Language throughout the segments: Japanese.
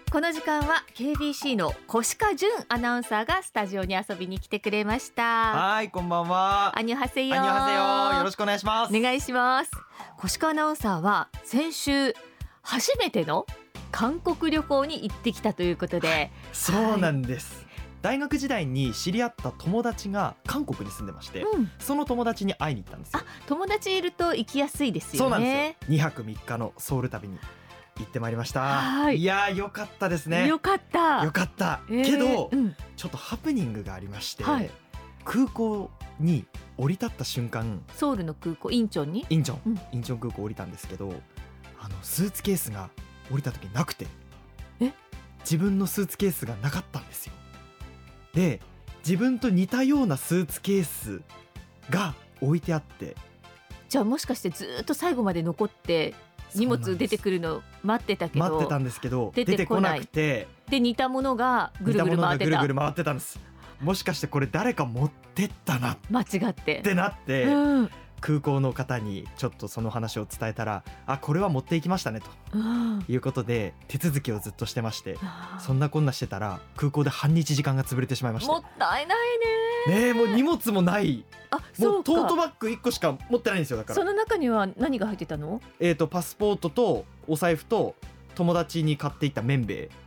この時間は KBC の越川純アナウンサーがスタジオに遊びに来てくれました。 はい、こんばんは。 アニョハセヨ。 アニョハセヨ、よろしくお願いします。 お願いします。越川アナウンサーは先週初めての韓国旅行に行ってきたということで、 そうなんです、大学時代に知り合った友達が韓国に住んでまして、その友達に会いに行ったんですよ。 友達いると行きやすいですよね。 そうなんですよ。2泊3日のソウル旅に行ってまいりました。いやー、よかったですね。 よかった。 よかった、けど、ちょっとハプニングがありまして、空港に降り立った瞬間、 ソウルの空港、インチョンにインチョン空港降りたんですけど、スーツケースが降りた時なくて、自分のスーツケースがなかったんですよ。で、自分と似たようなスーツケースが置いてあって、 じゃあもしかしてずっと最後まで残って荷物出てくるの待ってたけど、 待ってたんですけど出てこなくて、 で似たものがぐるぐる回ってたんです。もしかしてこれ誰か持ってったな間違ってなって、空港の方にちょっとその話を伝えたら、これは持っていきましたねということで手続きをずっとしてまして、そんなこんなしてたら空港で半日時間が潰れてしまいました。 もったいないね。 もう荷物もない。もうトートバッグ1個しか持ってないんですよ。だからその中には何が入ってたの？ パスポートとお財布と友達に買っていった麺べい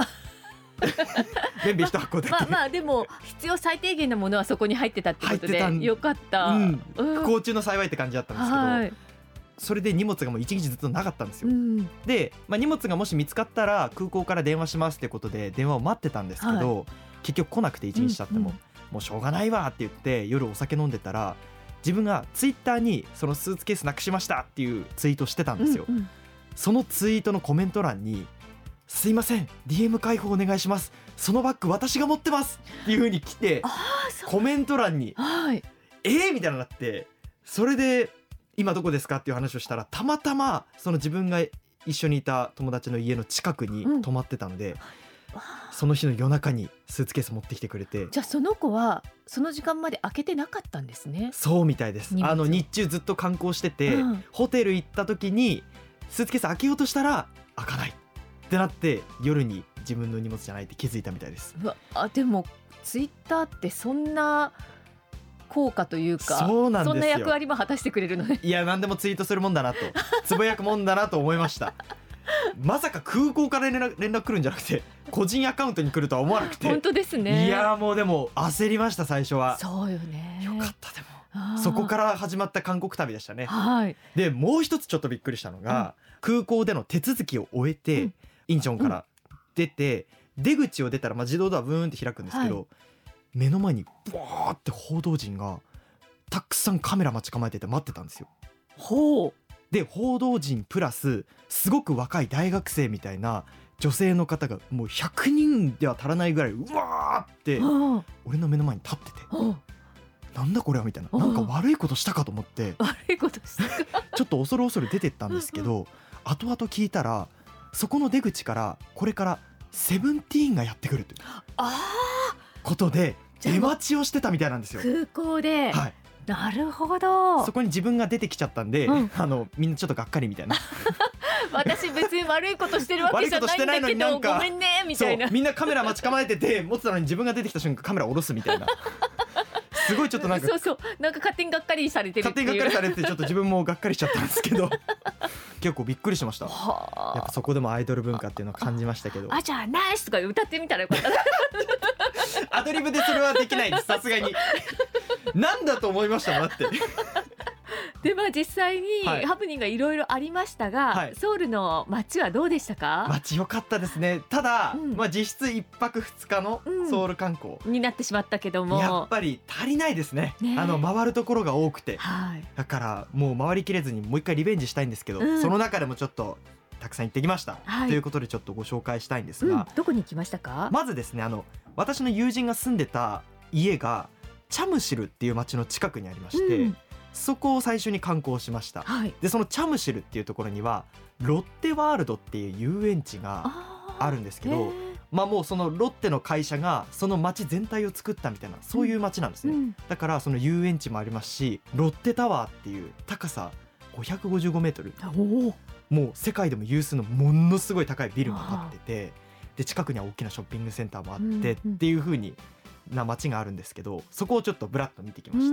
麺べい1箱だけ。 まあでも必要最低限なものはそこに入ってたってことでよかった。 不幸中の幸いって感じだったんですけど、それで荷物がもう1日ずっとなかったんですよ。で、荷物がもし見つかったら空港から電話しますってことで電話を待ってたんですけど、結局来なくて1日経っても、もうしょうがないわって言って夜お酒飲んでたら、自分がツイッターにそのスーツケースなくしましたっていうツイートしてたんですよ。そのツイートのコメント欄に、すいません DM 開放お願いします、そのバッグ私が持ってますっていう風に来て、コメント欄にみたいなのなって、それで今どこですかっていう話をしたら、たまたまその自分が一緒にいた友達の家の近くに泊まってたので、その日の夜中にスーツケース持ってきてくれて。 じゃあその子はその時間まで開けてなかったんですね。 そうみたいです。日中ずっと観光してて、ホテル行った時にスーツケース開けようとしたら開かないってなって、夜に自分の荷物じゃないって気づいたみたいです。 でもツイッターってそんな効果というか、 そうなんですよ。 そんな役割も果たしてくれるのね。 いや、何でもツイートするもんだなとつぶやくもんだなと思いましたまさか空港から連絡来るんじゃなくて個人アカウントに来るとは思わなくて。 本当ですね。 いや、もうでも焦りました最初は。 そうよね。 よかった。でもそこから始まった韓国旅でしたね。でもう一つちょっとびっくりしたのが、空港での手続きを終えて、インチョンから出て、出口を出たら自動ドアブーンって開くんですけど、目の前にボーって報道陣がたくさんカメラ待ち構えてて待ってたんですよ。で、報道陣プラスすごく若い大学生みたいな女性の方がもう100人では足らないぐらいうわーって俺の目の前に立ってて、なんだこれはみたいな、なんか悪いことしたかと思って、 悪いことしたちょっと恐る恐る出てったんですけど、後々聞いたらそこの出口からこれからセブンティーンがやってくるということで出待ちをしてたみたいなんですよ、 空港で。なるほど。 そこに自分が出てきちゃったんで、みんなちょっとがっかりみたいな私別に悪いことしてるわけじゃないんだけどごめんねみたいな。 みんなカメラ待ち構えてて持ってたのに、自分が出てきた瞬間カメラ下ろすみたいなすごいちょっとなんかなんか勝手にがっかりされてるっていう。 勝手にがっかりされてちょっと自分もがっかりしちゃったんですけど結構びっくりしました。やっぱそこでもアイドル文化っていうのを感じましたけど。 じゃあナイスとか歌ってみたらよかったアドリブでそれはできないです、さすがになんだと思いましたもんだってで、実際にハプニングがいろいろありましたが、ソウルの街はどうでしたか？ 街良かったですね。ただ、実質1泊2日のソウル観光、 になってしまったけども、 やっぱり足りないですね。回るところが多くて、だからもう回りきれずにもう一回リベンジしたいんですけど、その中でもちょっとたくさん行ってきました、ということでちょっとご紹介したいんですが、 どこに行きましたか？ まずですね、私の友人が住んでた家がチャムシルっていう町の近くにありまして、そこを最初に観光しました、でそのチャムシルっていうところにはロッテワールドっていう遊園地があるんですけど、もうそのロッテの会社がその町全体を作ったみたいな、そういう町なんですね、だからその遊園地もありますし、ロッテタワーっていう高さ555メートル、もう世界でも有数のものすごい高いビルが建ってて、 で近くには大きなショッピングセンターもあってっていう風にな街があるんですけど、そこをちょっとブラッと見てきました。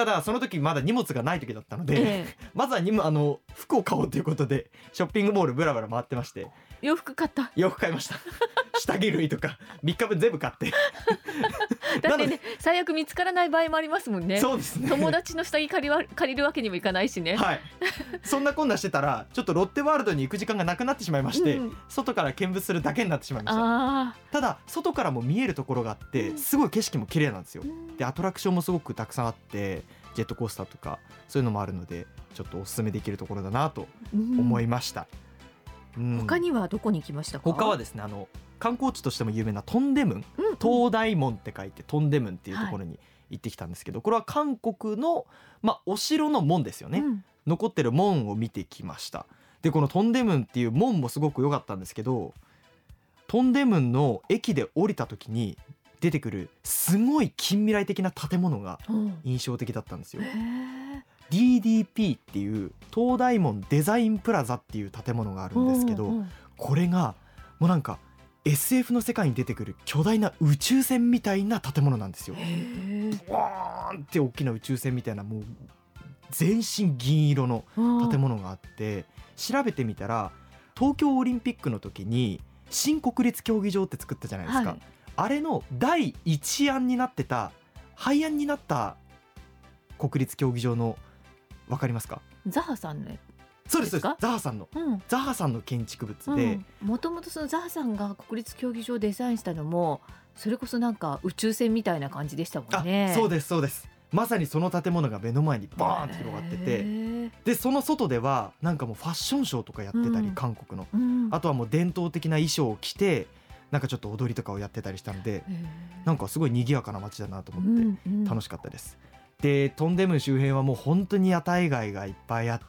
ただその時まだ荷物がない時だったので、まずは服を買おうということでショッピングモールブラブラ回ってまして、 洋服買いました下着類とか3日分全部買ってだってね、最悪見つからない場合もありますもんね。 そうですね、 友達の下着借りるわけにもいかないしね。 はいそんなこんなしてたらちょっとロッテワールドに行く時間がなくなってしまいまして、外から見物するだけになってしまいました。ただ外からも見えるところがあって、すごい景色も綺麗なんですよ。でアトラクションもすごくたくさんあって、ジェットコースターとかそういうのもあるので、ちょっとおすすめできるところだなと思いました。 他にはどこに行きましたか？ 他はですね、観光地としても有名なトンデムン、東大門って書いてトンデムンっていうところに行ってきたんですけど、これは韓国の、お城の門ですよね、残ってる門を見てきました。でこのトンデムンっていう門もすごく良かったんですけど、トンデムンの駅で降りた時に出てくるすごい近未来的な建物が印象的だったんですよ。DDP っていう東大門デザインプラザっていう建物があるんですけど、これがもうなんか SF の世界に出てくる巨大な宇宙船みたいな建物なんですよ。ワーンって大きな宇宙船みたいな、もう全身銀色の建物があって、調べてみたら東京オリンピックの時に新国立競技場って作ったじゃないですか、あれの第一案になってた廃案になった国立競技場の、わかりますか？ ザハさんのそうですザハさんの、ザハさんの建築物で、 もともとそのザハさんが国立競技場をデザインしたのもそれこそなんか宇宙船みたいな感じでしたもんね。 そうですそうです、まさにその建物が目の前にバーンって広がってて、でその外ではなんかもうファッションショーとかやってたり、韓国の、あとはもう伝統的な衣装を着てなんかちょっと踊りとかをやってたりしたので、なんかすごい賑やかな街だなと思って楽しかったです。でトンデムン周辺はもう本当に屋台街がいっぱいあって、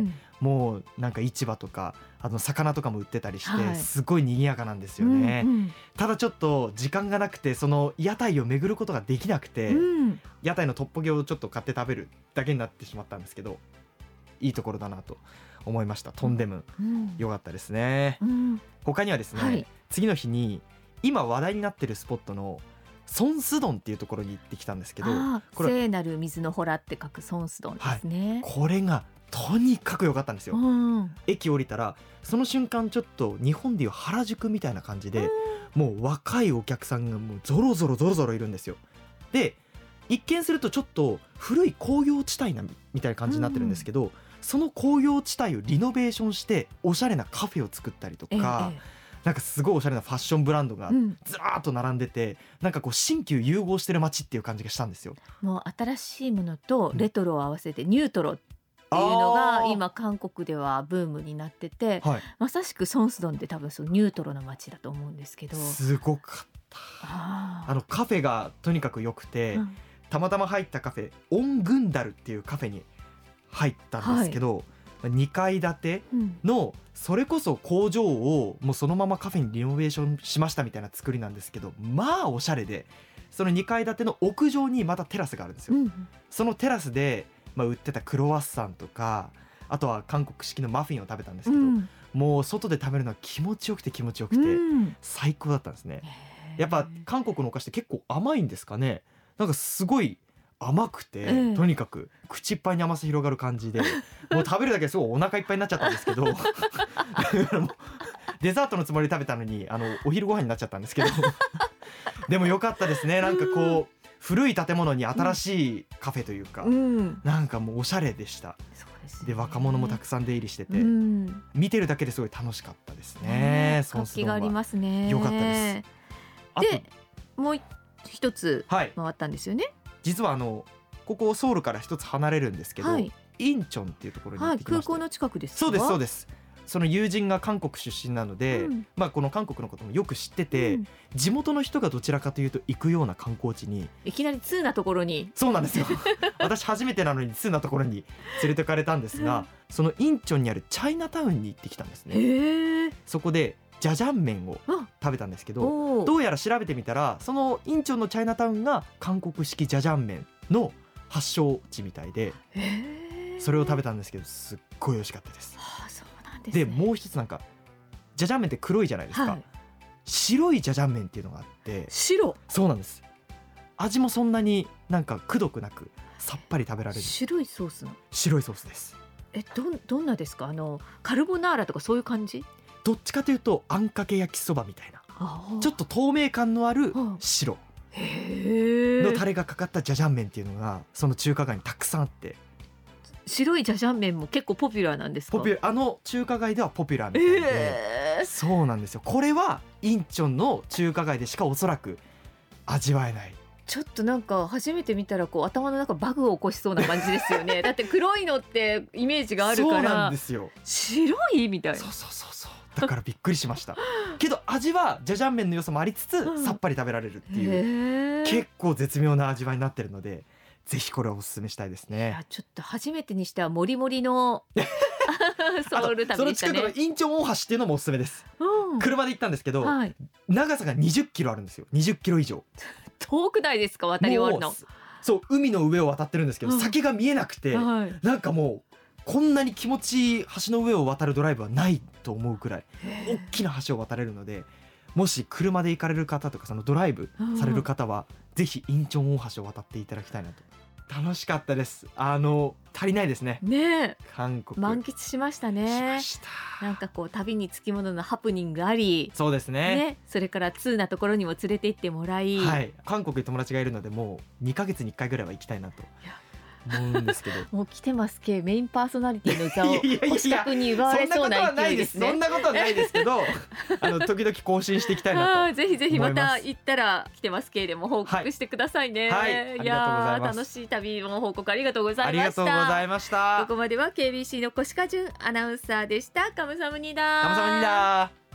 もうなんか市場とか魚とかも売ってたりして、すごい賑やかなんですよね。ただちょっと時間がなくてその屋台を巡ることができなくて、屋台のトッポギをちょっと買って食べるだけになってしまったんですけど、いいところだなと思いました。トンデムン、良かったですね。他にはですね、次の日に今話題になってるスポットのソンスドンっていうところに行ってきたんですけど、 これ聖なる水の洞って書くソンスドンですね、 これがとにかく良かったんですよ。駅降りたらその瞬間ちょっと日本でいう原宿みたいな感じで、もう若いお客さんがもうゾロゾロいるんですよ。で一見するとちょっと古い工業地帯みたいな感じになってるんですけど、その工業地帯をリノベーションしておしゃれなカフェを作ったりとか、なんかすごいおしゃれなファッションブランドがずらーっと並んでて、なんかこう新旧融合してる街っていう感じがしたんですよ。 もう新しいものとレトロを合わせてニュートロっていうのが今韓国ではブームになってて、まさしくソンスドンって多分そのニュートロの街だと思うんですけど、 すごかった。カフェがとにかく良くて、たまたま入ったカフェオングンダルっていうカフェに入ったんですけど、2階建てのそれこそ工場をもうそのままカフェにリノベーションしましたみたいな作りなんですけど、まあおしゃれで、その2階建ての屋上にまたテラスがあるんですよ。そのテラスで、売ってたクロワッサンとか、あとは韓国式のマフィンを食べたんですけど、もう外で食べるのは気持ちよくて最高だったんですね。やっぱ韓国のお菓子って結構甘いんですかね。なんかすごい甘くて、とにかく口いっぱいに甘さ広がる感じで、もう食べるだけですごいお腹いっぱいになっちゃったんですけどデザートのつもりで食べたのにお昼ご飯になっちゃったんですけどでも良かったですね。なんかこう古い建物に新しいカフェというか、なんかもうおしゃれでした。で若者もたくさん出入りしてて、見てるだけですごい楽しかったですね。 活気がありますね。 良かったです。 でもう一つ回ったんですよね。 実はここソウルから一つ離れるんですけど、インチョンっていうところに行ってきました。 空港の近くですか？ そうです。その友人が韓国出身なので、この韓国のこともよく知ってて、地元の人がどちらかというと行くような観光地に、 いきなり通なところに。 そうなんですよ私初めてなのに通なところに連れてかれたんですが、そのインチョンにあるチャイナタウンに行ってきたんですね。そこでジャジャン麺を食べたんですけど、どうやら調べてみたらそのインチョンのチャイナタウンが韓国式ジャジャン麺の発祥地みたいで、それを食べたんですけどすっごい美味しかったです。でもう一つなんかジャジャン麺って黒いじゃないですか、 白いジャジャン麺っていうのがあって。 白。 そうなんです。味もそんなになんかくどくなくさっぱり食べられる白いソースの。 白いソースです。 どんなですか？カルボナーラとかそういう感じ？ どっちかというとあんかけ焼きそばみたいな、ちょっと透明感のある白のタレがかかったジャジャン麺っていうのがその中華街にたくさんあって。 白いジャジャン麺も結構ポピュラーなんですか？ 中華街ではポピュラーみたいで、そうなんですよ。これはインチョンの中華街でしかおそらく味わえない。 ちょっとなんか初めて見たらこう頭の中バグを起こしそうな感じですよね。だって黒いのってイメージがあるから。 そうなんですよ。 白いみたいな。 そうだからびっくりしましたけど味はジャジャン麺の良さもありつつ、さっぱり食べられるっていう結構絶妙な味わいになってるので、ぜひこれをおすすめしたいですね。 いやちょっと初めてにしてはモリモリのソウル旅でしたね。 その近くのインチョン大橋っていうのもおすすめです、車で行ったんですけど、長さが20キロあるんですよ。20キロ以上。 遠くないですか？渡り終わるの。 そう海の上を渡ってるんですけど、先が見えなくて、なんかもうこんなに気持ちいい橋の上を渡るドライブはないと思うくらい大きな橋を渡れるので、もし車で行かれる方とかそのドライブされる方はぜひインチョン大橋を渡っていただきたいなと。楽しかったです。足りないですね。韓国満喫しましたね。 しました。 なんかこう旅につきもののハプニングあり、 そうですね。 それから通なところにも連れて行ってもらい、 韓国に友達がいるのでもう2ヶ月に1回ぐらいは行きたいなと思うんですけどもう来てます系メインパーソナリティの座を星田君に奪われそうな勢いですね。 そんなことはないですけど時々更新していきたいなと。 ぜひぜひまた行ったら来てます系でも報告してくださいね。 いや楽しい旅の報告ありがとうございました。 ありがとうございました。 ここまでは KBC の小鹿純アナウンサーでした。カムサムニダー。 カムサムニダー。